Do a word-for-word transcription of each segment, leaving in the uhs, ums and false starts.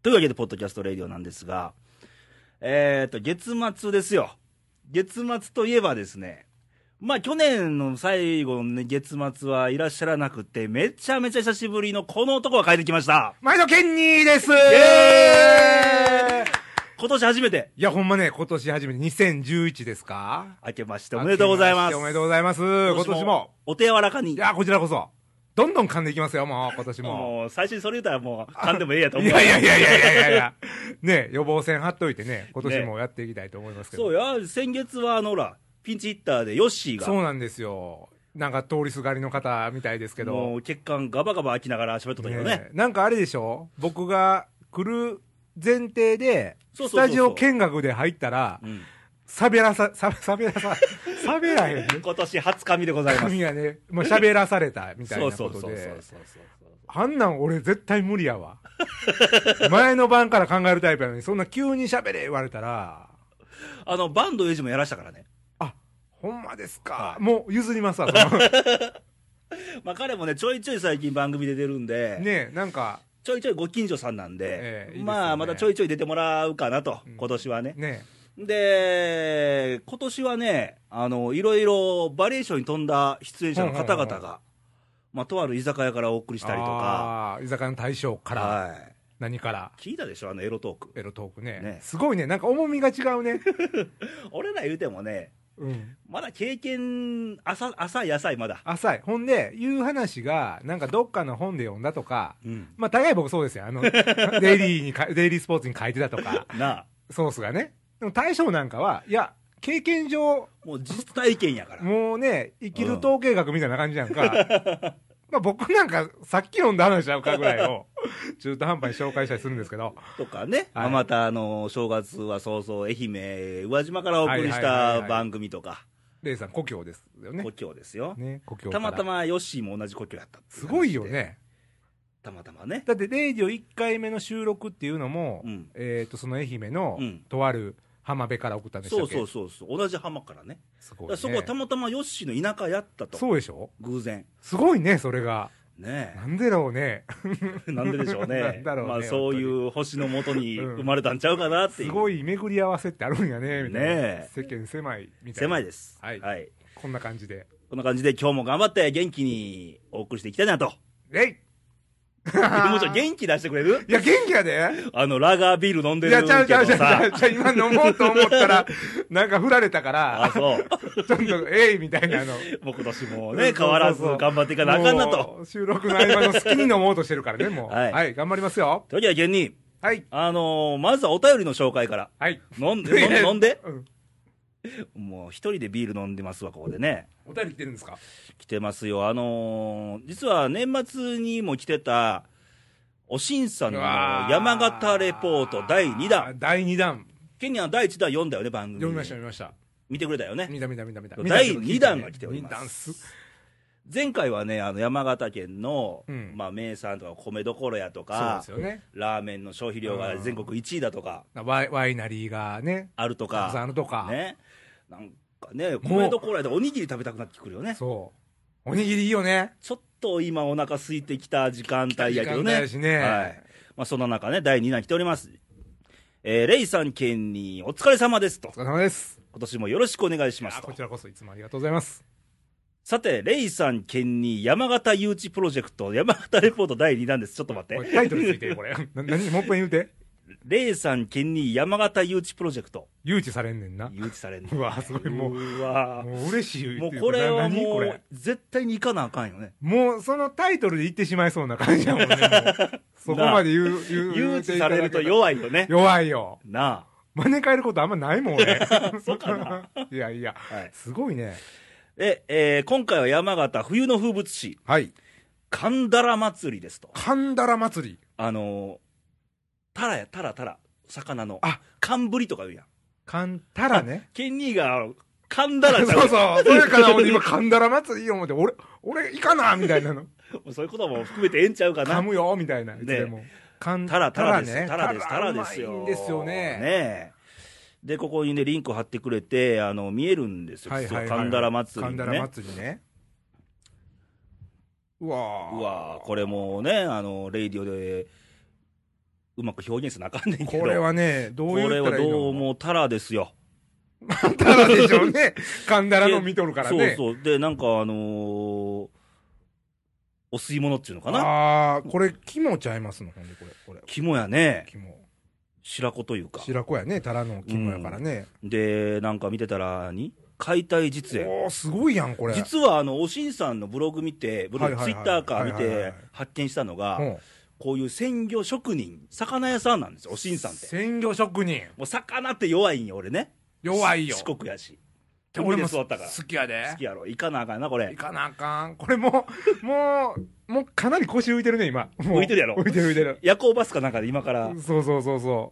というわけでポッドキャストレディオなんですが、えーと月末ですよ。月末といえばですね、まあ去年の最後の、ね、月末はいらっしゃらなくて、めちゃめちゃ久しぶりのこの男が帰ってきました。 毎度ケンニーです。 イエーイ。今年初めて。 いやほんまね、今年初めてにせんじゅういちですか。 明けましておめでとうございます。 おめでとうございます。今年もお手柔らかに。 いやこちらこそどんどん噛んでいきますよ。もう今年ももう最初にそれ言ったらもう噛んでもええやと思う。 いやいやいやいやいやいやいやね、予防線張っといてね、今年もやっていきたいと思いますけど、 ね、そうや、先月はあのほらピンチヒッターでヨッシーが。 そうなんですよ。なんか通りすがりの方みたいですけど、 もう血管ガバガバ開きながら喋っとったけどね。 ね、なんかあれでしょ、僕が来る前提でスタジオ見学で入ったら、うん、喋らさ、さ、喋らさ、喋らへんね。 今年初紙でございます。 紙がね、まあ、喋らされたみたいなことで。あんなん俺絶対無理やわ。前の晩から考えるタイプやのに、そんな急に喋れ言われたら。 あの、バンドエイジもやらしたからね。 あ、ほんまですか。もう譲りますわ、その。 まあ彼もね、ちょいちょい最近番組で出るんで。 ねえ、なんか。 ちょいちょいご近所さんなんで。ええ、いいですね。まあ、またちょいちょい出てもらうかなと、うん、今年はね。ねえ。で、今年はね、あの、いろいろバリエーションに富んだ出演者の方々が、まあ、とある居酒屋からお送りしたりとか。 ああ、居酒屋の大将から。はい。何から聞いたでしょ、あのエロトーク。 エロトークね。ね、すごいね、なんか重みが違うね。 俺ら言うてもね、うん、まだ経験浅、浅い浅いまだ。 浅い。ほんで、言う話が、なんかどっかの本で読んだとか、うん、まあ、大概僕そうですよ。あの、デイリーにか、デイリースポーツに書いてたとか、なあソースがね。でも大将なんかは、いや、経験上、 もう実体験やから。 もうね、生きる統計学みたいな感じなんか、まあ僕なんかさっき読んだ話ちゃうかぐらいを中途半端に紹介したりするんですけど。 とかね、はい、またあの、正月は早々愛媛、宇和島からお送りした番組とか。 レイさん故郷ですよね。 故郷ですよ。 ね、故郷たまたまヨッシーも同じ故郷やった。 すごいよね。 たまたまね。 だってレイディオいっかいめの収録っていうのも、うん、えっと、その愛媛の、うん、とある浜辺から送ったんでしたっけ。 そうそうそうそう、同じ浜からね。すごいね。そこはたまたまヨッシーの田舎やったと。 そうでしょ。 偶然。 すごいね、それが。 ねえ。 なんでだろうね。 なんででしょうね。なんだろうね。まあそういう星のもとに生まれたんちゃうかなっていう。 すごい巡り合わせってあるんやね、みたいな。ねえ。世間狭いみたいな。 狭いです。 はい。はい。こんな感じで。 こんな感じで今日も頑張って元気にお送りしていきたいなと。 えいもうちょい元気出してくれる？ いや、元気やで。 あの、ラガービール飲んでるけどさ。 いや、ちゃうちゃうちゃうちゃう、今飲もうと思ったら、なんか振られたから。 あ、そう。 ちょっと、えいみたいなの。 もう今年もね、変わらず頑張っていかなあかんなと。 収録の合間の好きに飲もうとしてるからね、もう。はい。はい、頑張りますよ。 というわけで、芸人。 はい。 あのー、まずはお便りの紹介から。 はい。 飲んで、飲んで。うん。もう一人でビール飲んでますわ、ここでね。 お便り来てるんですか？ 来てますよ。あのー、実は年末にも来てた、おしんさんの山形レポートだいにだん。 だいにだん。 ケニアだいいちだん読んだよね、番組。 読みました、読みました。 見てくれたよね。 見た見た見た見た。 だいにだんが来ております。前回はね、あの山形県の、うん、まあ名産とか米どころやとか、 そうですよね、 ラーメンの消費量が全国いちいだとか、 ワイ、ワイナリーがね、 あるとか、 あるとか。 ね。なんかね、米どころやとおにぎり食べたくなってくるよね。 そう。おにぎりいいよね。 ちょっと今お腹空いてきた時間帯やけどね。 時間帯やしね。 はい。まあ、そんな中ね、だいにだん来ております。えー、レイさん県にお疲れ様ですと。 お疲れ様です。 今年もよろしくお願いしますと。 こちらこそいつもありがとうございます。 さて、レイさん県に山形誘致プロジェクト、山形レポートだいにだんです。ちょっと待って。 タイトルついてるこれ。な、何もう一遍言うて。 レイさん県に山形誘致プロジェクト。 誘致されんねんな。 誘致されんねん。 うわ、すごい、もう。うわもう嬉しい。 もうこれはもう、絶対に行かなあかんよね。 もう、そのタイトルで言ってしまいそうな感じやもんね。そこまで言う、言う。 誘致されると弱いよね。 弱いよ。 なあ。 招かれることあんまないもんね。 そうかな。 いやいや、はい、すごいね。 え、えー、今回は山形冬の風物詩。 はい。 神田ら祭りですと。 神田ら祭り。 あのー、タラや、タラ、タラ。魚の。 あ、 寒ぶりとか言うやん。 神田らね。 ケンニーが、神田らちゃう。 そうそう。それから俺今神田ら祭り思って、俺、俺行かなみたいなの。 そういうことも含めてええんちゃうかな。 噛むよみたいな。いつでも。 タラ、タラです。タラです。タラですよ。 いいんですよね。 ねえ。で、ここにね、リンク貼ってくれて、あの、見えるんですよ。神田ら祭りね。 神田ら祭りね。うわー。うわー。これもね、あの、レイディオで、 うまく表現せなあかんねんけど、 これはね、どう言ったらいいの？ これはどうもタラですよ。 タラでしょうね。カンダラの見とるからね。 そうそう。で、なんかあのー、お吸い物っていうのかな。 ああ、これ肝ちゃいますの、ほんでこれ。これ肝やね。 肝。 白子というか。 白子やね、タラの肝やからね。 うん、で、なんか見てたらに、解体実演。 おー、すごいやん、これ。 実は、あの、おしんさんのブログ見て、ブログ、ツイッターか見て発見したのが、こういう鮮魚職人、魚屋さんなんですよ、おしんさんって。 鮮魚職人。 もう魚って弱いんよ、俺ね。 弱いよ。 四国やし。 俺も好きやで。 好きやろ。行かなあかんな、これ。 行かなあかん。これもう、もう、もうかなり腰浮いてるね、今。 浮いてるやろ。 浮いてる浮いてる。 夜行バスかなんかで今から。 そうそうそうそう。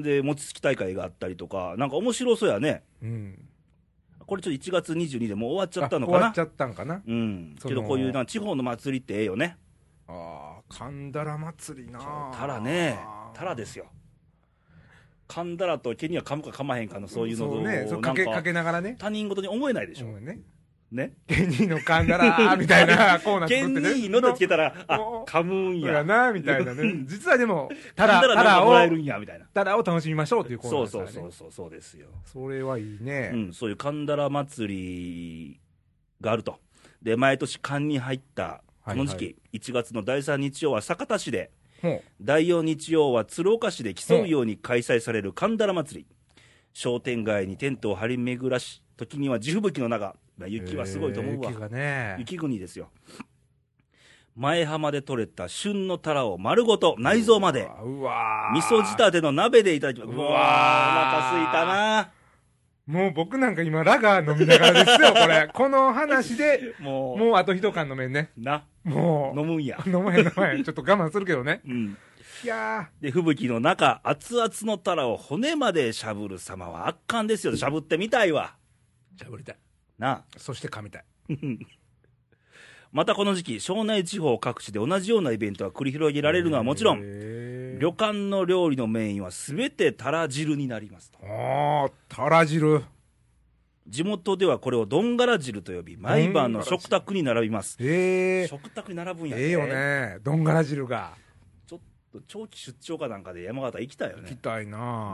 で、餅つき大会があったりとか、なんか面白そうやね。うん。これちょっといちがつにじゅうにでもう終わっちゃったのかな。 終わっちゃったんかな。 うん。けどこういうな地方の祭りってええよね。 ああ、神田ら祭りな。 タラね。タラですよ。噛んだらと毛には噛むか噛まへんかのそういうのをね、そうかけかけながらね。 他人事に思えないでしょ。 ね。 ね。 毛にの噛んだらみたいなコーナー作ってね。 毛にのってつけたら、あ、噛むんや。 やな、みたいなね。実はでも、 タラ、タラをもらえるんや、みたいな。 タラを楽しみましょうっていうコーナーですからね。そうそうそう、そうですよ。 それはいいね。 うん、そういう神田ら祭りがあると。で、毎年勘に入ったこの時期、いちがつのだいさん日曜は酒田市で、だいよん日曜は鶴岡市で競うように開催される神田ら祭り。商店街にテントを張り巡らし、時には地吹雪の中、雪はすごいと思うわ。 雪がね。 雪国ですよ。前浜で採れた旬のタラを丸ごと内臓まで、 うわ味噌仕立ての鍋でいただきます。うわー、お腹すいたな。 もう僕なんか今ラガー飲みながらですよ、これ。この話で、もう、もうあと一缶飲めんね。 な。 もう。飲むんや。 飲まへん飲まへん。ちょっと我慢するけどね。 うん。 いやー。で、吹雪の中、熱々のタラを骨までしゃぶる様は圧巻ですよ。しゃぶってみたいわ。 しゃぶりたい。 なあ。 そして噛みたい。 またこの時期、庄内地方各地で同じようなイベントが繰り広げられるのはもちろん、旅館の料理のメインはすべてタラ汁になりますと。 ああ、タラ汁。 地元ではこれをどんがら汁と呼び、毎晩の食卓に並びます。 ええー。 食卓に並ぶんやね。 ええよね。どんがら汁が。 ちょっと長期出張かなんかで山形行きたいよね。 行きたいな。 うん。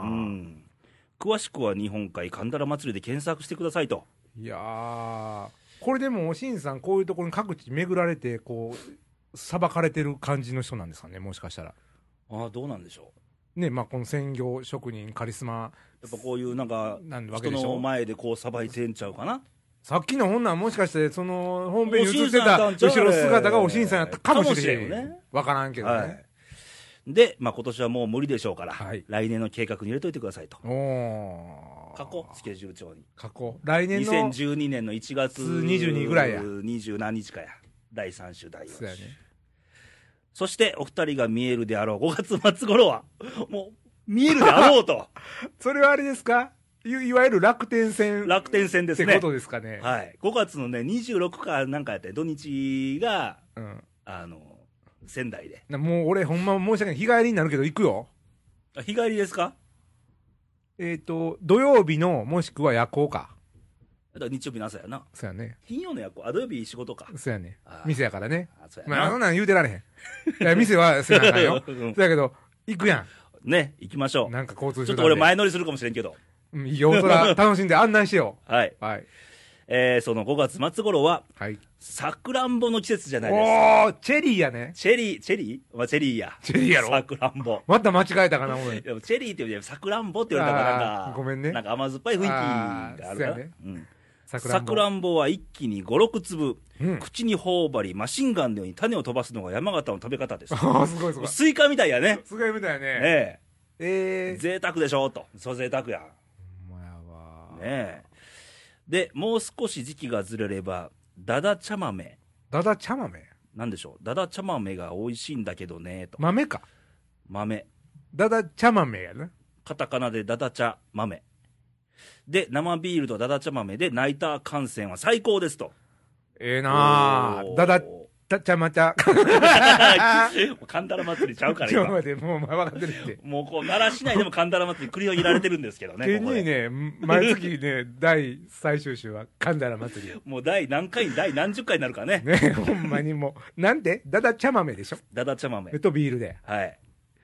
詳しくは日本海神田ら祭りで検索してくださいと。 いやー、これでもおしんさんこういうところに各地巡られてこう裁かれてる感じの人なんですかね、もしかしたら。 ああ、どうなんでしょうね。まあこの専業職人カリスマやっぱこういうなんか人の前でこうさばいてんちゃうかな。 さっきの本なんもしかしてその本編に映ってた後ろ姿がおしんさんやったかもしれんね。分からんけどね、はい。 で、まあ、今年はもう無理でしょうから、はい、来年の計画に入れといてくださいと。 お過去スケジュール帳に過去来年のにせんじゅうにねんのいちがつにじゅうにぐらいやにじゅう何日かやだいさん週だいよん週、 そうやね。 そしてお二人が見えるであろうごがつ末頃はもう見えるであろうとそれはあれですか、 い, いわゆる楽天戦楽天戦ですねってことですかね。 はい、ごがつのねにじゅうろくかなんかやって土日が、うん、あの仙台で。 もう俺ほんま申し訳ない、日帰りになるけど行くよ。 あ、日帰りですか。 えっ、ー、と土曜日のもしくは夜行か。 だから日曜日の朝やな。 そうやね。 金曜の夜行、あ、土曜日仕事か。 そうやね。店やからね。 あ、そうやな。 まあそんなん言うてられへん。いや店はせなあかんよ。うん、そうやけど行くやん。ね、行きましょう。 なんか交通手段で。 ちょっと俺前乗りするかもしれんけど。 うん、いいよ、そら楽しんで案内してよ。 はい。 はい。 えー、そのごがつ末頃は、 はい、 さくらんぼの季節じゃないですか。 おー、チェリーやね。 チェリー、チェリーまあ、チェリーや。 チェリーやろ。 さくらんぼ。 また間違えたかな、俺。 でもチェリーって言うて、さくらんぼって言われたからなんか、 ごめんね。 なんか甘酸っぱい雰囲気があるから。 ね、うん。 さくらんぼは一気にご、ろくつぶ、うん、口に頬張り、マシンガンのように種を飛ばすのが山形の食べ方です。 ああ、すごいすごい。 スイカみたいやね。 スイカみたいやね。 ええ。えー、贅沢でしょと。そう贅沢や。 ほんまやわ。 ねえ。で、もう少し時期がずれれば、だだ茶豆。 だだ茶豆なんでしょう。だだ茶豆が美味しいんだけどね、と。 豆か。 豆。 だだ茶豆やな。 カタカナでだだ茶豆。で、生ビールとだだ茶豆でナイター観戦は最高ですと。 ええー、なぁ。だだだちゃまちゃ。 神田ら祭りちゃうから今。ちょっと待って、もう分かってるって。 もうこう、奈良市内でも神田ら祭り繰り広げられてるんですけどね。 県にね、毎月ね、第最終週は神田ら祭り。 もう第何回、第何十回になるかね。 ね、ほんまにもう。なんでだだ茶豆でしょ。 だだ茶豆。 とビールで。 はい。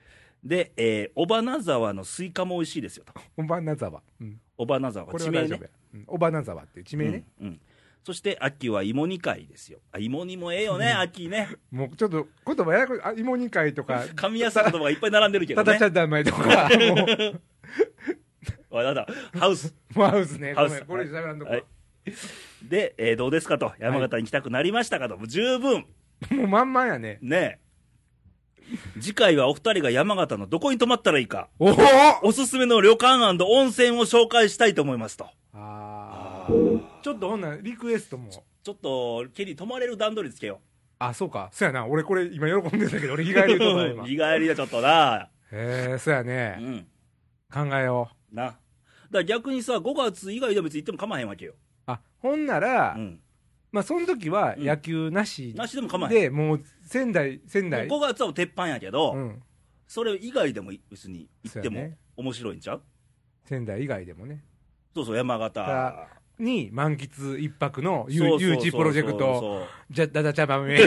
で、えー、尾花沢のスイカも美味しいですよと。 尾花沢、うん、 尾花沢、地名ね。 尾花沢っていう地名ね。 うんうん、そして秋は芋煮会ですよ。あ、芋煮もええよね、秋ね。 もうちょっと言葉ややこしい。あ、芋煮会とか。 噛みやすい言葉がいっぱい並んでるけどね。 ただちゃだめとか。もうあ、なんだ、ハウス。 ハウスね。ハウス。これ喋らんとこ。はい、 で、えー、どうですかと。山形に来たくなりましたかと。もう十分。 もう満々やね。 ねえ。次回はお二人が山形のどこに泊まったらいいか。 おおすすめの旅館&温泉を紹介したいと思いますと。 ああ。ちょっとほんならリクエストも。 ちょっと、ケリー泊まれる段取りつけよう。 あ、そうか。そうやな。俺これ今喜んでたけど、俺日帰りとか今。 日帰りだちょっとな。 へえ、そうやね。うん。考えよう。な。だから逆にさ、ごがつ以外で別に行っても構わへんわけよ。 あ、ほんなら、うん、まあその時は野球なし、 うん、なしでも構わへん。 で、もう仙台、仙台。 ごがつは鉄板やけど、うん、それ以外でも別に行っても面白いんちゃう？ 仙台以外でもね。そうそう、山形。 に満喫一泊の誘致プロジェクト、じゃ、だだちゃばめ。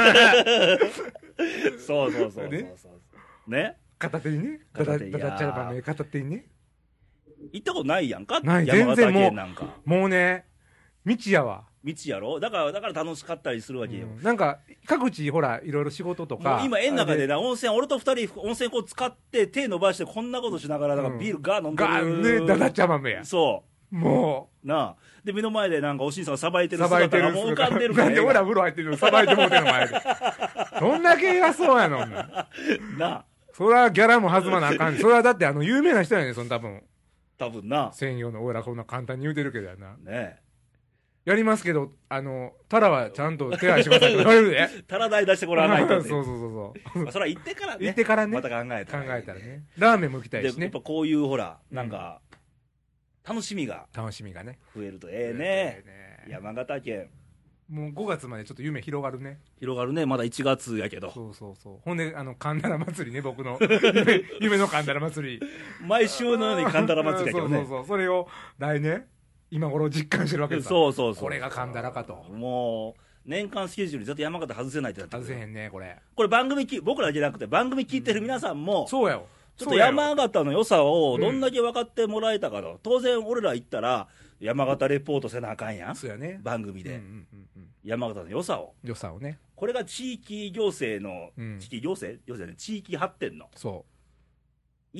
そうそうそう。ね。 片手にね。だだちゃばめ片手にね。 行ったことないやんか。 ない、全然もう、もうね、未知やわ。 未知やろ。だから、だから楽しかったりするわけよ。 なんか、各地、ほら、いろいろ仕事とか。 今、園の中でな、温泉、俺と二人、温泉こう使って、手伸ばして、こんなことしながら、なんかビールガー飲んでる。 ガーね、だだちゃばめや。 そう。 もう。なあ。で、目の前でなんかおしんさんがさばいてる姿がもう浮かんでるから。 なんで俺ら風呂入ってるのさばいてもうてるの前で。どんだけ偉そうやのな。 なあ。 それはギャラも弾まなあかん。それはだってあの、有名な人やねん、その多分。 多分な。 専用の俺らこんな簡単に言うてるけどやな。 ねえ。 やりますけど、あの、タラはちゃんと手配してくださいって言われるで。 タラ代出してもらわないと。 そうそうそうそう。 まあ、それは行ってからね。 行ってからね。 また考えたら。考えたらね。ラーメンも行きたいしね。 やっぱこういうほら、なんか、楽しみが。 楽しみがね。 増えるとええね。山形県。 もうごがつまでちょっと夢広がるね。 広がるね。まだいちがつやけど。 そうそうそう。ほんで、あの、神田ら祭りね、僕の夢、夢の神田ら祭り。 毎週のように神田ら祭りやけどね。 そうそうそう。それを来年、今頃実感してるわけです。 そうそうそう。 これが神田らかと。 もう、年間スケジュールにずっと山形外せないってなって外せへんね、これ。 これ番組き、僕らじゃなくて番組聞いてる皆さんも、 そうやよ。 ちょっと山形の良さをどんだけ分かってもらえたかと。うん、当然俺ら行ったら、山形レポートせなあかんやん。 そうやね。 番組で。うんうんうんうん、山形の良さを。 良さをね。 これが地域行政の、うん、地域行政行政ね、地域発展の。 そう。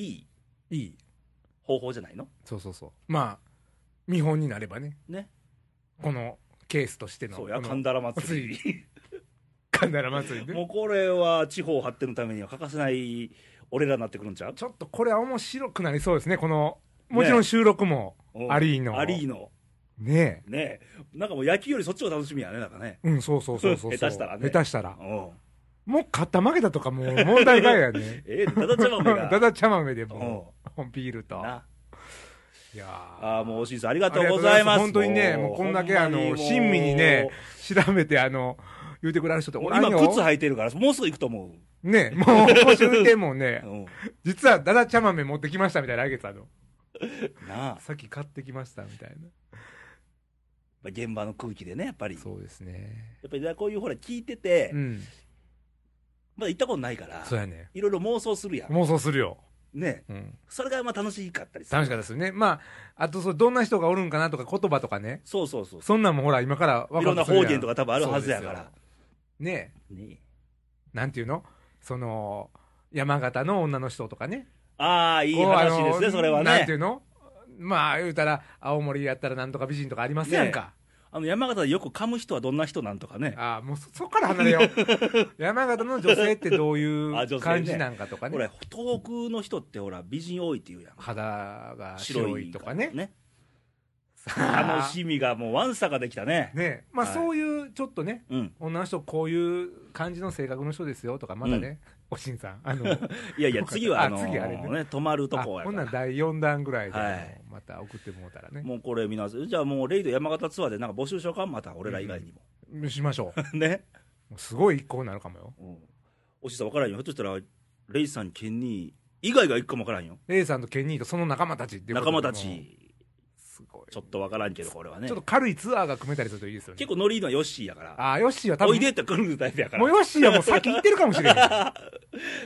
いい。 いい。 方法じゃないの？ そうそうそう。まあ、見本になればね。 ね。 このケースとしての。 そうや、神田ら祭り。 神田ら祭りね。 もうこれは地方発展のためには欠かせない俺らになってくるんちゃう？ ちょっとこれは面白くなりそうですね。この、もちろん収録も、アリーノ。 アリーノ。 ねえ。ねえ。なんかもう野球よりそっちが楽しみやね、なんかね。 うん、そうそうそうそう。 下手したらね。 下手したら。もう勝った負けたとかもう問題ないやね。 ええ、だだちゃ豆が。 だだちゃ豆でもう、ビールと。 いやああ、もうおしんさんありがとうございます。 本当にね、もうこんだけあの、親身にね、調べてあの、言うてくれる人って今靴履いてるからもうすぐ行くと思う。ね、もう腰浮いてもね、実はだだちゃ豆持ってきましたみたいな、来月あの。 なあ。 さっき買ってきましたみたいな。現場の空気でね、やっぱり。 そうですね。 やっぱりこういうほら聞いてて、まだ行ったことないから、 そうやね。 いろいろ妄想するやん。 妄想するよ。 ね、うん、それがまあ楽しかったりする。楽しかったですよね。まあ、あとそどんな人がおるんかなとか言葉とかね。 そうそうそう。 そんなんもほら今から分かる。いろんな方言とか多分あるはずやから。 ねえ。ねなんていうのその、山形の女の人とかね。 ああ、いい話ですね、それはね。 なんていうのまあ言うたら、青森やったらなんとか美人とかありますやんか。ねあの山形でよく噛む人はどんな人なんとかね。 ああ、もう そ, そこから離れよう。山形の女性ってどういう感じなんかとかね。 ほら、東北の人ってほら、美人多いって言うやん。 肌が白いとかね。 ね楽しみがもうわんさができたね。 ねまあ、はい、そういうちょっとね、うん、女の人こういう感じの性格の人ですよとか、まだね、うん、おしんさん。あのいやいや、次はあのー、 次あれね、 ね、泊まるとこやから。 ほんならだいよんだんぐらいで、はい、また送ってもらったらね。 もうこれ皆さん、じゃあもうレイド山形ツアーでなんか募集しようか、また俺ら以外にも。 うん、しましょう。ね。 すごい一行になるかもよ。 うん、おしんさん分からんよ。ひょっとしたら、レイさん、ケンニー以外が行くかも分からんよ。 レイさんとケンニーとその仲間たちっていうこと仲間たち。 すごい。 ちょっとわからんけど、これはね。 ちょっと軽いツアーが組めたりするといいですよね。 結構ノリいいのはヨッシーやから。 ああ、ヨッシーは多分。 おいでって来るタイプやから。 もうヨッシーはもう先行ってるかもしれない。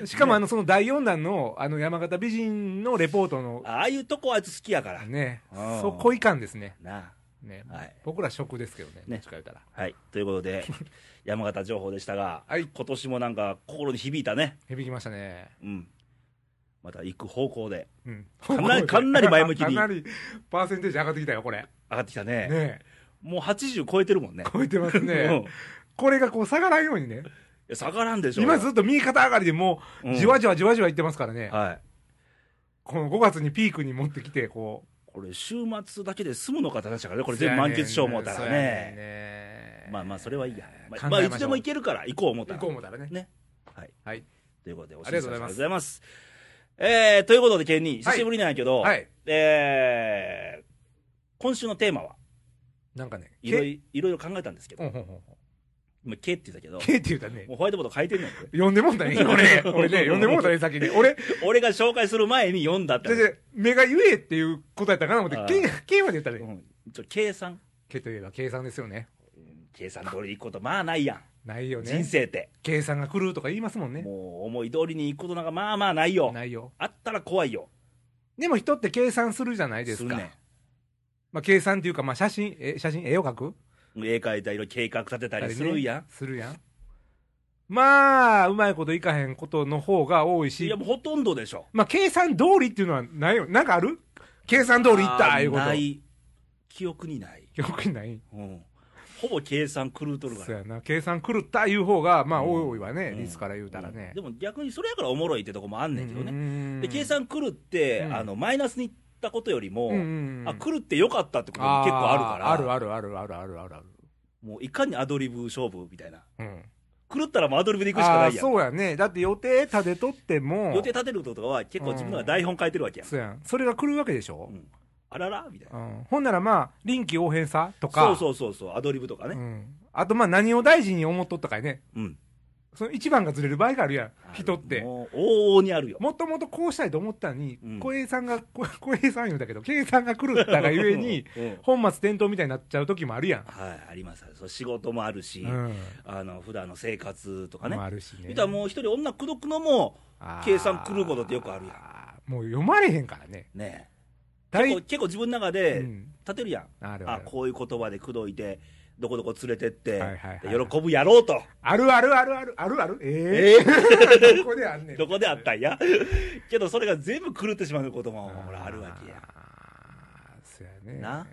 しかもあの、そのだいよんだんの、あの、山形美人のレポートの。 ああいうとこあいつ好きやから。 ね。そこいかんですね。 なあ。 ね。はい。僕ら食ですけどね。ね。近いたら。 はい。ということで、山形情報でしたが、はい。今年もなんか心に響いたね。 響きましたね。 うん。また行く方向で、うん、かなりかなり前向きにかなりパーセンテージ上がってきたよこれ。 上がってきたね。ねもうはちじゅう超えてるもんね。 超えてますね。これがこう下がらんようにね。 下がらんでしょ。 今ずっと右肩上がりでもうじわじわじわじわいってますからね。うん、はい。このごがつにピークに持ってきてこう。 これ週末だけで済むのかって話だからね。これ全部満喫しよう思ったらね。ねまあまあそれはいいや。まあ、まあ、いつでも行けるから行こう思ったら。 行こう思ったらね。 ね。はい。はい。ということでお知らせありがとうございます。 えー、ということで、ケンニー、久しぶりなんやけど、はい、えー、今週のテーマは、 なんかね、 いろいろ考えたんですけど、今、ケって言ったけど、 ケって言ったね。 もうホワイトボード書いてるのよ。 読んでもんだね、これ。俺ね、読んでもんだね、先に。俺、 俺が紹介する前に読んだって。 で、目が言えっていうことやったかなと思って、ケ、ケまで言ったね。うん、 ちょ、計算。 ケといえば計算ですよね。 計算通りに行くこと、まあないやん。 ないよね。 人生って。 計算が来るとか言いますもんね。 もう思い通りに行くことなんかまあまあないよ。 ないよ。 あったら怖いよ。 でも人って計算するじゃないですか。するね。まあ計算っていうか、まあ写真、え、写真、絵を描く？ 絵描いたり、計画立てたりするやん。ね、 するやん。まあ、うまいこといかへんことの方が多いし。 いや、もうほとんどでしょ。 まあ計算通りっていうのはないよ。なんかある？計算通りいったいうこと。 ない。記憶にない。 記憶にない。 うん。ほぼ計算狂うとるから。 そうやな。計算狂ったいう方が、まあ、多いわね、うん、リスから言うたらね、 うん。でも逆にそれやからおもろいってとこもあんねんけどね。で、計算狂って、うん、あの、マイナスにいったことよりも、うんあ、狂ってよかったってことも結構あるから。 あるあるあるあるあるあるある。 もういかにアドリブ勝負みたいな。うん。狂ったらもうアドリブでいくしかないやん。 そうやね。だって予定立てとっても。 予定立てることとかは結構自分の台本書いてるわけやん。 そうやん。それが来るわけでしょ。 うんあららみたいな、うん、 ほんならまあ臨機応変さとかそうそうそうそうアドリブとかね、うん、 あとまあ何を大事に思っとったかいね、 うん、 その一番がずれる場合があるやん人ってもう往々にあるよもともとこうしたいと思ったのに、うん、小平さんが小平さん言うんだけど計算が狂ったがゆえに、うん、本末転倒みたいになっちゃう時もあるやんはいありますそう仕事もあるし、うん、あの普段の生活とかねもあるしね言ったらもう一人女口説くのも計算狂うことってよくあるやんもう読まれへんからねねえ結構, 結構自分の中で立てるやん、うん、あ, るあ, るあこういう言葉で口説いてどこどこ連れてって、はいはいはい、喜ぶやろうとあるあるあるあるあるあるえー、えー、どこであんねんどこであったんやけどそれが全部狂ってしまうこともほらあるわけやそうやねな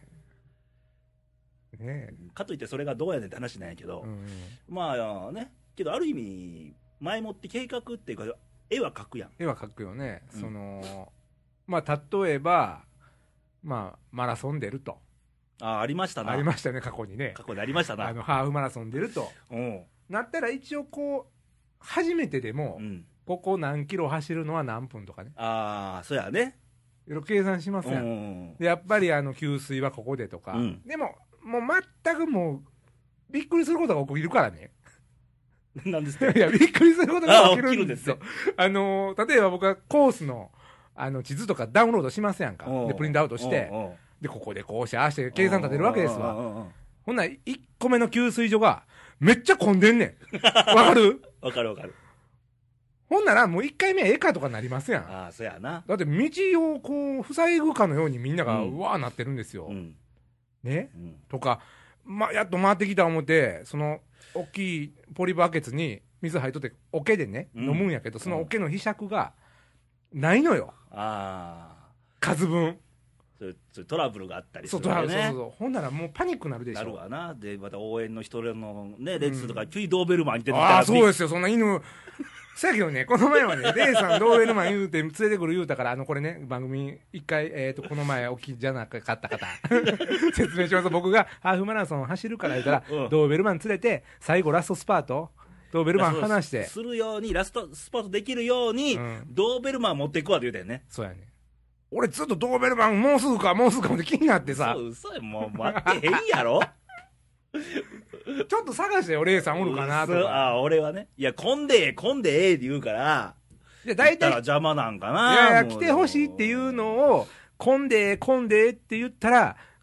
ねかといってそれがどうやねんって話なんやけど、うんうん、まあねけどある意味前もって計画っていうか絵は描くやん絵は描くよね、うん、そのまあ例えばまあマラソン出るとあありましたなありましたね過去にね過去でありましたなあのハーフマラソン出ると、うん、なったら一応こう初めてでも、うん、ここ何キロ走るのは何分とかねああそうやねいろいろ計算しますやん、うん、でやっぱりあの給水はここでとか、うん、でももう全くもうびっくりすることが起きるからねなんですかいやびっくりすることが起きるんですよあの例えば僕はコースのあの地図とかダウンロードしますやんかでプリントアウトしてでここでこうしてああして計算立てるわけですわほんならいっこめの給水所がめっちゃ混んでんねんわかるわかるわかるほんならもういっかいめええかとかなりますやんああそうやなだって道をこう塞ぐかのようにみんながうわーなってるんですよ、うん、ね、うん、とか、ま、やっと回ってきた思ってその大きいポリバケツに水入っとって桶でね、うん、飲むんやけどその桶のひしゃくがないのよああ数分それそれトラブルがあったりするよねそうそうそうそうほんならもうパニックなるでしょなるわなでまた応援の人のね列とか、うん、急にドーベルマンに出てきたらああそうですよそんな犬そやけどねこの前はねレイさんドーベルマン言うて連れてくる言うたからあのこれね番組一回、えー、とこの前お聞きじゃなかった方説明します僕がハーフマラソン走るから言うたら、うん、ドーベルマン連れて最後ラストスパートドーベルマン離してするようにラストスパートできるように、うん、ドーベルマン持っていくわって言うたよねそうやね俺ずっとドーベルマンもうすぐかもうすぐかって気になってさそう嘘やもう待ってへんやろちょっと探してよレイさんおるかなとかあ俺はねいや混んでええ混んでええって言うからいや大体邪魔なんかないやいや来てほしいっていうのを混んでええ混んでええって言ったら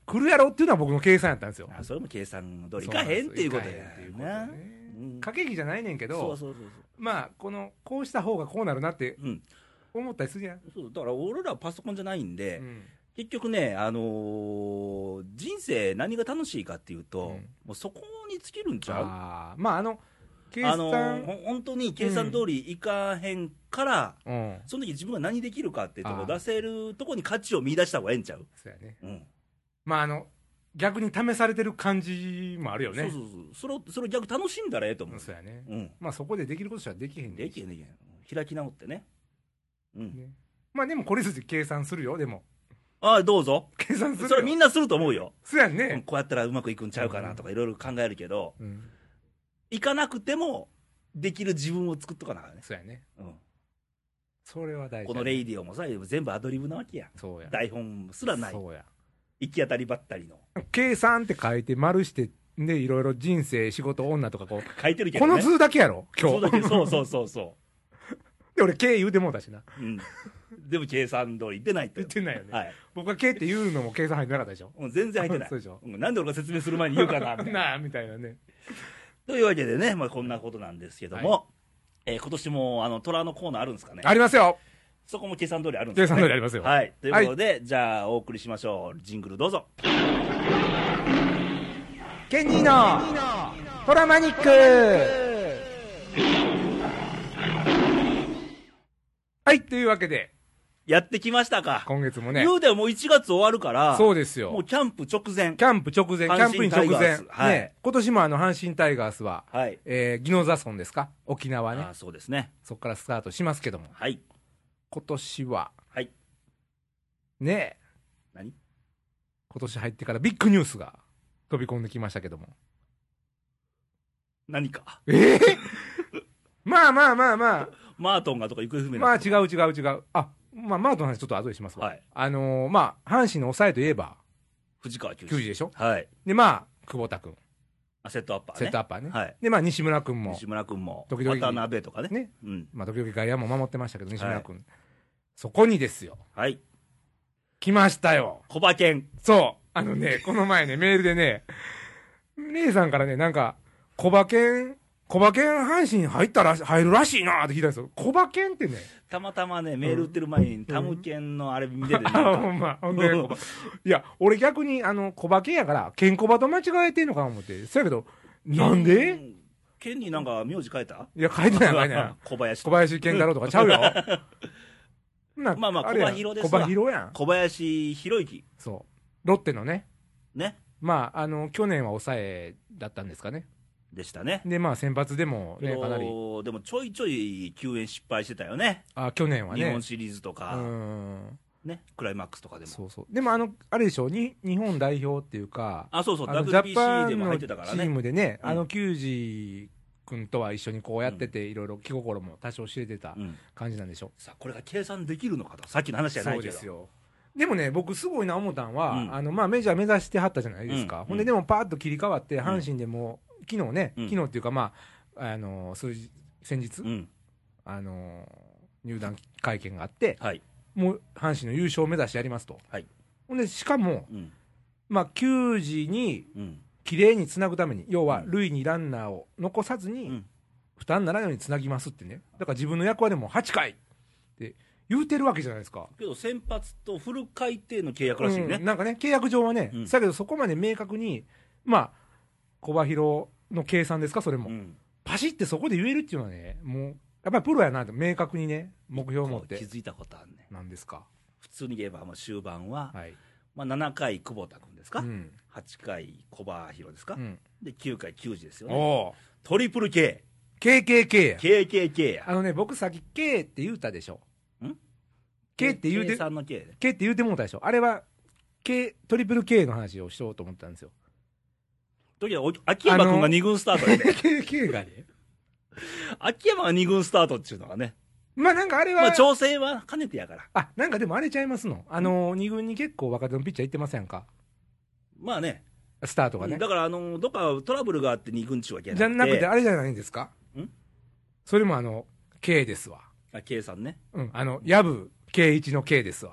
来るやろっていうのは僕の計算やったんですよ。 あ、それも計算通りいかへんっていうことやな。 掛け木じゃないねんけど、 そうそうそうそう、 まあこのこうした方がこうなるなって思ったりするやん。 そうだから俺らはパソコンじゃないんで、うん、結局ね、あのー、人生何が楽しいかっていうと、うん、もうそこに尽きるんちゃう。 あ、まああの計算、あのー、 本当に計算通りいかへんから、うん、その時自分が何できるかっていうとこ出せるとこに価値を見出した方がええんちゃう。 そうやね、うん、まああの逆に試されてる感じもあるよね。 そうそうそう、それをそれを逆楽しんだらええと思う。 そうやね、うん、まあそこでできることしかできへんできへんできへん、開き直ってね、 うん、ね、まあでもこれ筋計算するよ。でもああ、どうぞ計算するよ。 それみんなすると思うよ。 そうやんね、 こうやったらうまくいくんちゃうかなとかいろいろ考えるけど、うん、いかなくてもできる自分を作っとかなあかんね。 そうやね、うん、それは大事。 このレイディオもさ全部アドリブなわけや。 そうや、 台本すらない。 そうや、 行き当たりばったりの計算って書いて丸してでいろいろ人生仕事女とかこう書いてるけど、ね、 この図だけやろ今日。 そうそうそうそうで俺計言うてもうたしな、 うん、でも計算通り言ってないと。 言ってないよね、 はい、 僕は計って言うのも計算入ってなかったでしょ。 もう全然入ってないそうでしょ、うん、なんで俺が説明する前に言うかなみたい な, なみたいなね。 というわけでね、まあ、こんなことなんですけども、はい、えー、今年もあの虎のコーナーあるんですかね。 ありますよ。 そこも計算通りあるんですかね。 計算通りありますよ。 はい。ということで、はい、じゃあお送りしましょう。ジングルどうぞ。 ケニーのトラマニック。はい、というわけでやってきましたか。 今月もね。 言うでももういちがつ終わるから。 そうですよ。 もうキャンプ直前。 キャンプ直前。キャンプイン直前。 はい、 ね。今年もあの阪神タイガースは、はい、えー、宜野座村ですか、沖縄ね。 あ、そうですね。 そこからスタートしますけども。 はい。 今年は、 はい。 ねえ。 何？ 今年入ってからビッグニュースが飛び込んできましたけども。 何か。 ええー、まあまあまあまあ。 マートンがとか行方不明な。 まあ違う違う違う。あ、まあマートンの話ちょっと後でしますわ。はい。あのー、まあ阪神の抑えといえば藤川球児球児でしょ。 はい。 でまあ久保田君。 あ、セットアッパーね。 セットアッパーね。 はい。 でまあ西村君も。 西村君も。 時々 渡辺とかね。 ね。うん。まあ時々外野も守ってましたけど西村君。はい、そこにですよ。 はい。 来ましたよ。 小馬券。 そう。あのね、この前ね、メールでね、姉さんからね、なんか、小馬券、小馬券阪神入ったら、入るらしいなって聞いたんですよ。小馬券ってね。 たまたまね、メール売ってる前に、タム券のあれ見てて、ね、 あ、ほんま。ほんで、いや、俺逆に、あの、小馬券やから、ケンコバと間違えてんのかな思って。そうやけど、なんでケンになんか名字変えた？ いや、変えてない、変えてない。 小林。 小林健太郎とかちゃうよ。 まあまあ、小葉広ですわ。小葉広やん。 小林弘之。 そう。ロッテのね。 ね。 まあ、あの、去年は抑えだったんですかね。 でしたね。 で、まあ、先発でもね、かなり。 でも、ちょいちょい救援失敗してたよね。 あ、去年はね。 日本シリーズとか。うん。ね。クライマックスとかでも。 そうそう。でも、あの、あれでしょ、に日本代表っていうか。 あ、そうそう、ダブリュービーシー でも入ってたからね。 チームでね、あの、球児君とは一緒にこうやってて、いろいろ気心も多少知れてた感じなんでしょ。 さあ、これが計算できるのかと。さっきの話じゃないけど。 そうですよ。でもね、僕すごいな思ったんは、うん、あのまあメジャー目指してはったじゃないですか、うん、ほんででもパーッと切り替わって阪神でも、うん、昨日ね、昨日っていうかまああの数日先日、うん、あの入団会見があって、はい、もう阪神の優勝を目指してやりますと、はい、ほんでしかも、うん、まあ球児にきれいにつなぐために、要は塁にランナーを残さずに負担ならないようにつなぎますってね、だから自分の役割もはちかいって言うてるわけじゃないですか。 けど先発とフル回転の契約らしいね、 うん、なんかね契約上はね、うん、だけどそこまで明確にまあ小葉広の計算ですかそれも、うん、パシってそこで言えるっていうのはね、もうやっぱりプロやなって明確にね目標を持って気づいたことあるね。 なんですか。 普通に言えばもう終盤は、はい、まあ、ななかい久保田君ですか、うん、はちかい小葉広ですか、うん、できゅうかい球児ですよね。トリプル K ケーケーケー やケーケーケー や。 あのね僕さっき K って言うたでしょ。ん K って言うて、 計算の K で K って言うてもうたでしょ。あれは K トリプル K の話をしようと思ったんですよ。 時は秋山君がに軍スタートで、ね、 K, K がね秋山がに軍スタートっていうのがね、 まあなんかあれは、 まあ、調整は兼ねてやから。 あ、なんかでもあれちゃいますの、あのに軍に結構若手のピッチャー行ってませんか。 まあねスタートがね、 だからあのどっかトラブルがあってに軍中はじゃなくてあれじゃないんですか。んそれもあの K ですわ。 あ、K さんね。 うん、あの藪圭一の K ですわ。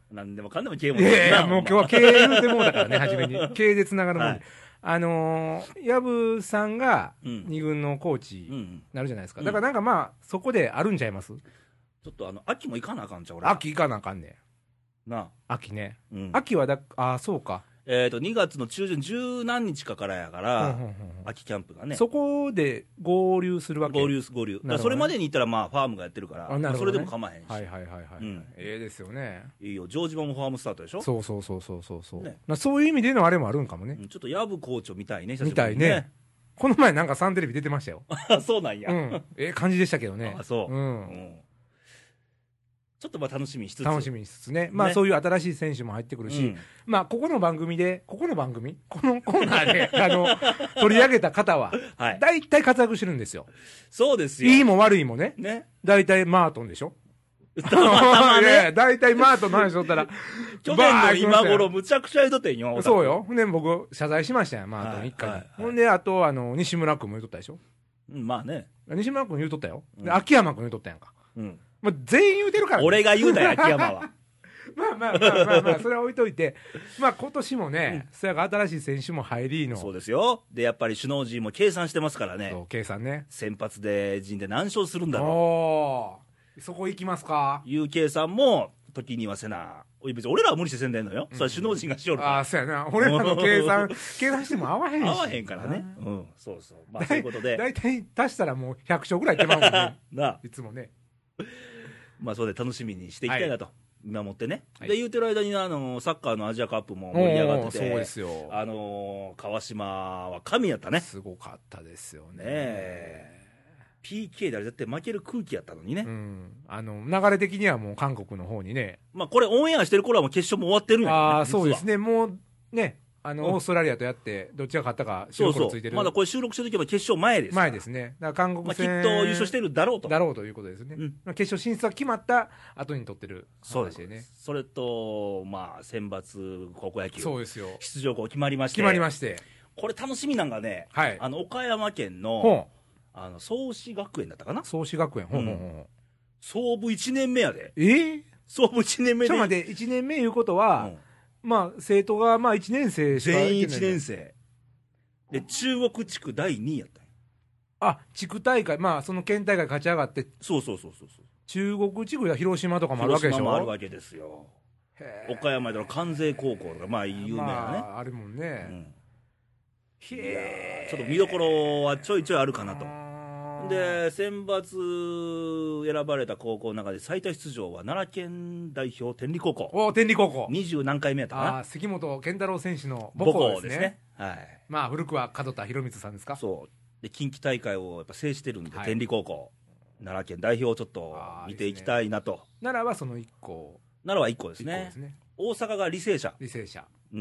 なんでもかんでも経営も。 いやいや、もう今日は経営言うてもうだからね、初めに。経営でつながるもんで。はい、あのー、薮さんがに軍のコーチになるじゃないですか。うん、だからなんかまあ、そこであるんちゃいます？ ちょっとあの、秋も行かなあかんちゃう、俺。 秋行かなあかんねん。なあ。秋ね。うん、秋はだ、ああ、そうか。 えっと、にがつの中旬、十何日かからやから、秋キャンプがね。 そこで合流するわけ？ 合流、合流。ね、それまでに行ったら、まあ、ファームがやってるから、あ、ね、それでも構えへんし。 はいはいはいはい。うん、ええですよね。 いいよ、城島もファームスタートでしょ？ そうそうそうそうそう。ね、そういう意味でのあれもあるんかもね。 うん、ちょっと薮コーチを見たいね、 見たいね。この前なんかサンテレビ出てましたよ。 そうなんや。 うん、ええ感じでしたけどね。 あ、そう。うん。うんちょっとまあ楽しみにしつつ楽しみにしつつね、まあ、ね、そういう新しい選手も入ってくるし、うん、まあここの番組で、ここの番組、このコーナーであの取り上げた方は、大体活躍してるんですよ。 そうですよ。 いいも悪いもね、 ね大体マートンでしょ。 たまたまね、 大体マートンの話しとったら、 去年の今頃、むちゃくちゃ言うとってんよ。 そうよ。ほんで僕、謝罪しましたよ、マートン一回に。ほんで、あと、あの西村君も言うとったでしょ。 うん、まあね。 西村君言うとったよ。で秋山君言うとったやんか。うんまあ、全員言うてるから、ね、 俺が言うだよ、秋山は。 まあまあまあまあまあ、それは置いといて、まあ今年もね、うん、そやから新しい選手も入りの。 そうですよ。で、やっぱり首脳陣も計算してますからね。 そう、計算ね。 先発で陣で何勝するんだろう。 おー、そこ行きますか。 いう計算も、時にはせな。別に俺らは無理してせんでんのよ。うん、それは首脳陣がしよるから。 ああ、そうやな。俺らの計算、計算しても合わへんし。 合わへんからね。うん、そうそう。まあそういうことで。 だいたい足したらもうひゃく勝ぐらいいってまうもんね。ないつもね。 まあそうで楽しみにしていきたいなと、見守ってね、はい、で言うてる間にあのサッカーのアジアカップも盛り上がってて、 そうですよ、 あのー、川島は神やったね。 すごかったですよね。 ね ピーケー であれ絶対負ける空気やったのにね、うん、あの流れ的にはもう韓国の方にね、 まあこれオンエアしてる頃はもう決勝も終わってるんやけどね。 ああそうですね、もうねあの、うん、オーストラリアとやってどっちが勝ったか白黒ついてる。 そうそう、まだこれ収録してる時は決勝前です。 前ですね。だから韓国戦、 まあ、きっと優勝してるだろうとだろうということですね、うん、決勝進出が決まった後に取ってる話でね。 それとまあ選抜高校野球、 そうですよ、 出場校決まりまして、 決まりまして、 これ楽しみなんがね、 はい、 あの岡山県のあの創志学園だったかな。 創志学園、ほうほうほう、 創部いちねんめやで。 えー、 創部いちねんめで。 ちょっと待って、いちねんめいうことは、うん、まあ、生徒がまあいちねん生しか全員いちねん生で、中国地区だいにいやったんや。 あ、地区大会、まあその県大会勝ち上がって、 そうそうそうそう、 中国地区や広島とかもあるわけでしょ。 広島もあるわけですよ。岡山での関西高校とか、まあ有名なね、 まあ、あるもんね、うん、 へちょっと見どころはちょいちょいあるかなと。で選抜選ばれた高校の中で最多出場は奈良県代表天理高校。 お天理高校にじゅう何回目やったかな。 あ関本健太郎選手の母校ですね。ですね、 はい、 まあ古くは門田博光さんですか。 そうで近畿大会をやっぱ制してるんで、はい、天理高校奈良県代表をちょっと見ていきたいなと。いいね、 奈良はそのいっこ。 奈良はいっこですね。ですね。大阪が履正社。 履正社。 うん。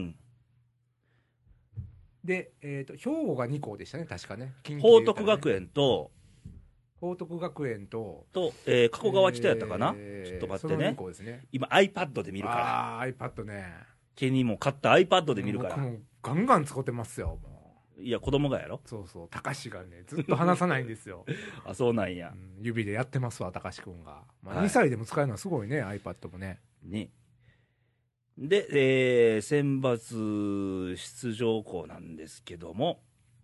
で、えーと、兵庫がに校でしたね、確かね。 近畿で言うたらね、報徳学園と、 報徳学園と、 と、えー、加古川北やったかな、えー、ちょっと待ってね。 そのに校ですね。 今 iPad で見るから。 ああ、iPad ね。 毛にも買った iPad で見るから。 もうガンガン使ってますよ、もう。いや、子供がやろ。 そうそう、高志がね、ずっと離さないんですよ。 あ、そうなんや、 うん。指でやってますわ、高志くんが。まあ、にさいでも使えるのはすごいね、はい、iPad もね。 ね。で、えー、選抜出場校なんですけども、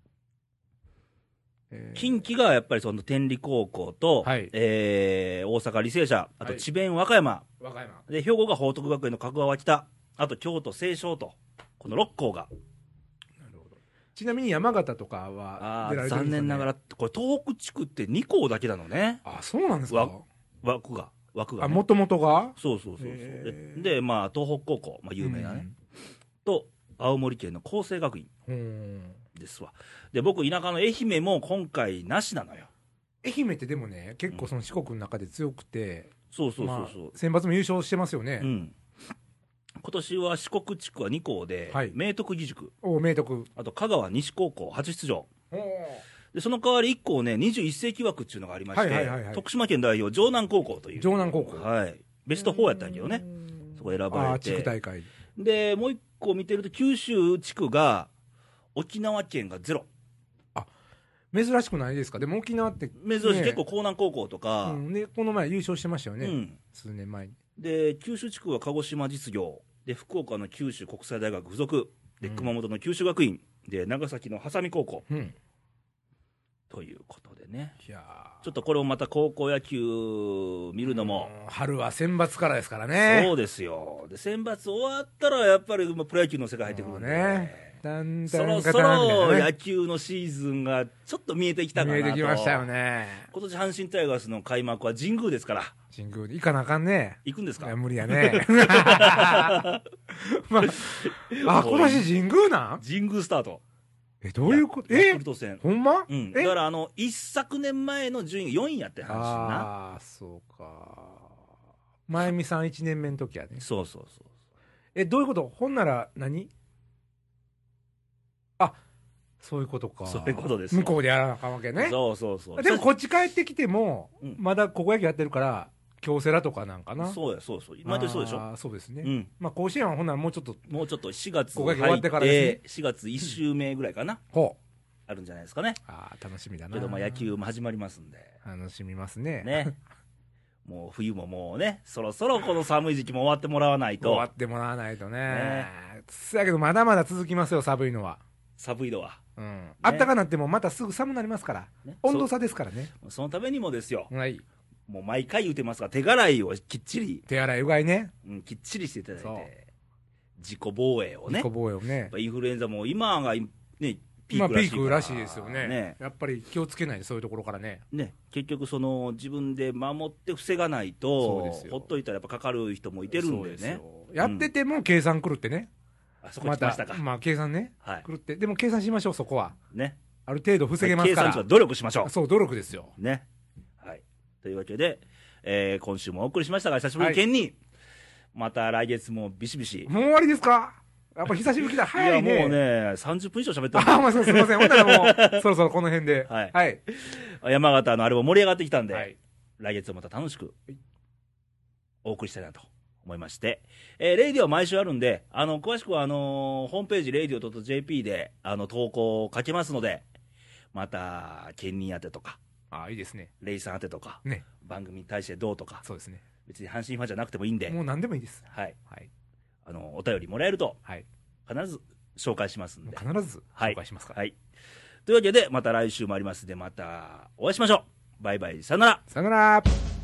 えー、近畿がやっぱりその天理高校と、はい、えー、大阪履正社、あと智弁和歌山、はい、 和歌山で兵庫が報徳学園の加古川北、あと京都成章と、このろっ校が。 なるほど。ちなみに山形とかは出られてるんですかね。残念ながら、これ東北地区ってに校だけなのね。 あ、そうなんですか。 枠が。枠が、 ね、あ、もともとがそうそうそうそうで, でまあ東北高校、まあ、有名なね、うん、と青森県の光星学院ですわ。で僕田舎の愛媛も今回なしなのよ。 愛媛ってでもね結構その四国の中で強くて、 うん、そうそうそうそう、まあ、選抜も優勝してますよね、 うん、今年は四国地区はに校で、はい、明徳義塾、 お明徳、 あと香川西高校初出場で、その代わりいっ校ね、にじゅういっ世紀枠っていうのがありまして、はいはいはいはい、徳島県代表、城南高校という。 城南高校。 はい。ベストフォーやったんやけどね。そこ選ばれて。あ、 地区大会。 で、もういっこ見てると、九州地区が、沖縄県がゼロ。 あ、珍しくないですか。でも沖縄って、ね。 珍しい。結構江南高校とか。 うん、で、この前優勝してましたよね。うん、数年前に。 で九州地区は鹿児島実業で、福岡の九州国際大学附属で、熊本の九州学院で、長崎の波佐見高校、うん、ということでね、いやちょっとこれをまた高校野球見るのも、 春は選抜からですからね。 そうですよ。で選抜終わったらやっぱりプロ野球の世界入ってくるんで、ね、だんだんそろそろ野球のシーズンがちょっと見えてきたかなと。 見えてきましたよね。 今年阪神タイガースの開幕は神宮ですから。 神宮で行かなあかんね。 行くんですか。 いや無理やね。まあ、あ、今年神宮なん。 神宮スタート。 え、どういうこと。え、 ヤクルト戦。 ほんま。 うん、だからあの一昨年前の順位がよんいやって阪神な。 ああそうか。真由美さんいちねんめの時やね。 そうそうそう。 え、どういうこと。ほんなら何。あ、そういうことか。 そういうことです。 向こうでやらなあかんわけね。 そうそうそう。 でもこっち帰ってきても、うん、まだ高校野球やってるから京セラとかなんかな。 そうやそうそう。毎年そうでしょ。 ああそうですね。うん、まあ甲子園はほんならもうちょっともうちょっとしがつ入って終わってからですね。しがついち週目ぐらいかな。ほう。あるんじゃないですかね。 ああ楽しみだな。 けどまあ野球も始まりますんで。 楽しみますね。 ね。もう冬ももうね、そろそろこの寒い時期も終わってもらわないと。 終わってもらわないとね。ね。そやけどまだまだ続きますよ、寒いのは。 寒いのは。 うん。あったかなってもまたすぐ寒くなりますから。ね、温度差ですからね。 そのためにもですよ。 はい。 もう毎回言うてますが、手洗いをきっちり。 手洗いうがいね。 うん、きっちりしていただいて。自己防衛をね。 自己防衛をね。 インフルエンザも今がね、 ピークらしいから。まあピークらしいですよね。ね。やっぱり気をつけないでそういうところからね。 ね。結局その自分で守って防がないと、ほっといたらやっぱかかる人もいてるんでね。 やってても計算狂ってね。 あそこ来ましたか。 まあ計算ね。はい。狂って。でも計算しましょう、そこは。 ね。 ある程度防げますから。 計算は努力しましょう。 そう、努力ですよ。 ね。はい。というわけで、えー、今週もお送りしましたが、久しぶりにケンに、はい、また来月もビシビシ。 もう終わりですか。やっぱ久しぶりだ。早いね。 いやもうね、さんじゅっぷん以上喋ってる。 あ、まあすみません。ほんならもう、そろそろこの辺で。はい。はい。 山形のあれも盛り上がってきたんで、はい、来月もまた楽しく、お送りしたいなと思いまして、えー、レイディオは毎週あるんで、あの、詳しくはあのー、ホームページ、レイディオ .jp で、あの、投稿を書けますので、また、ケンニー宛てとか、 ああ、いいですね。 レイさん宛てとか、 ね。 番組に対してどうとか、 そうですね。 別に阪神ファンじゃなくてもいいんで、 もう何でもいいです。 はい。はい。あの、お便りもらえると、はい。必ず紹介しますんで。 必ず紹介しますから。 はい。はい、というわけで、また来週もありますので、またお会いしましょう。バイバイ、さよなら。 さよなら。